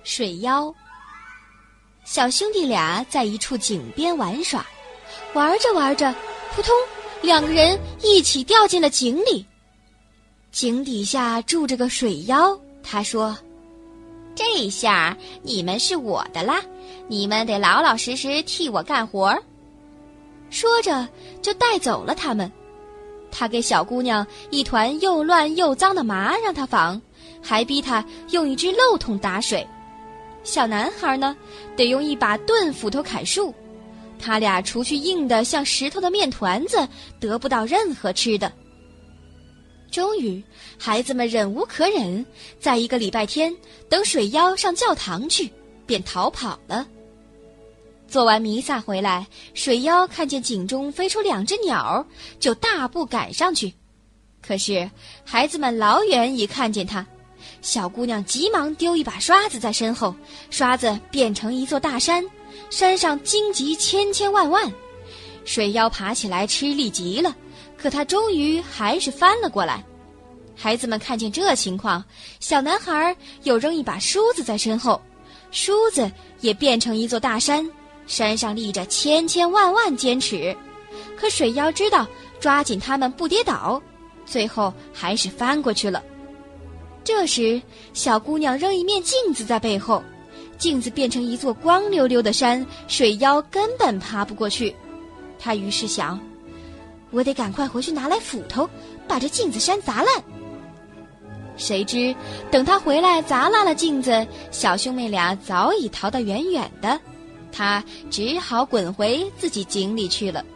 水妖。小兄弟俩在一处井边玩耍，玩着玩着，扑通，两个人一起掉进了井里。井底下住着个水妖，他说：这下你们是我的啦，你们得老老实实替我干活。说着就带走了他们。他给小姑娘一团又乱又脏的麻让她纺，还逼她用一只漏桶打水。小男孩呢，得用一把钝斧头砍树。他俩除去硬的像石头的面团子，得不到任何吃的。终于孩子们忍无可忍，在一个礼拜天等水妖上教堂去，便逃跑了。做完弥撒回来，水妖看见井中飞出2只鸟，就大步赶上去。可是孩子们老远已看见他，小姑娘急忙丢一把刷子在身后，刷子变成一座大山，山上荆棘千千万万。水妖爬起来吃力极了，可他终于还是翻了过来。孩子们看见这情况，小男孩又扔一把梳子在身后，梳子也变成一座大山，山上立着千千万万尖齿。可水妖知道抓紧他们不跌倒，最后还是翻过去了。这时小姑娘扔一面镜子在背后，镜子变成一座光溜溜的山，水妖根本爬不过去。她于是想，我得赶快回去拿来斧头，把这镜子山砸烂。谁知等她回来砸烂了镜子，小兄妹俩早已逃得远远的，她只好滚回自己井里去了。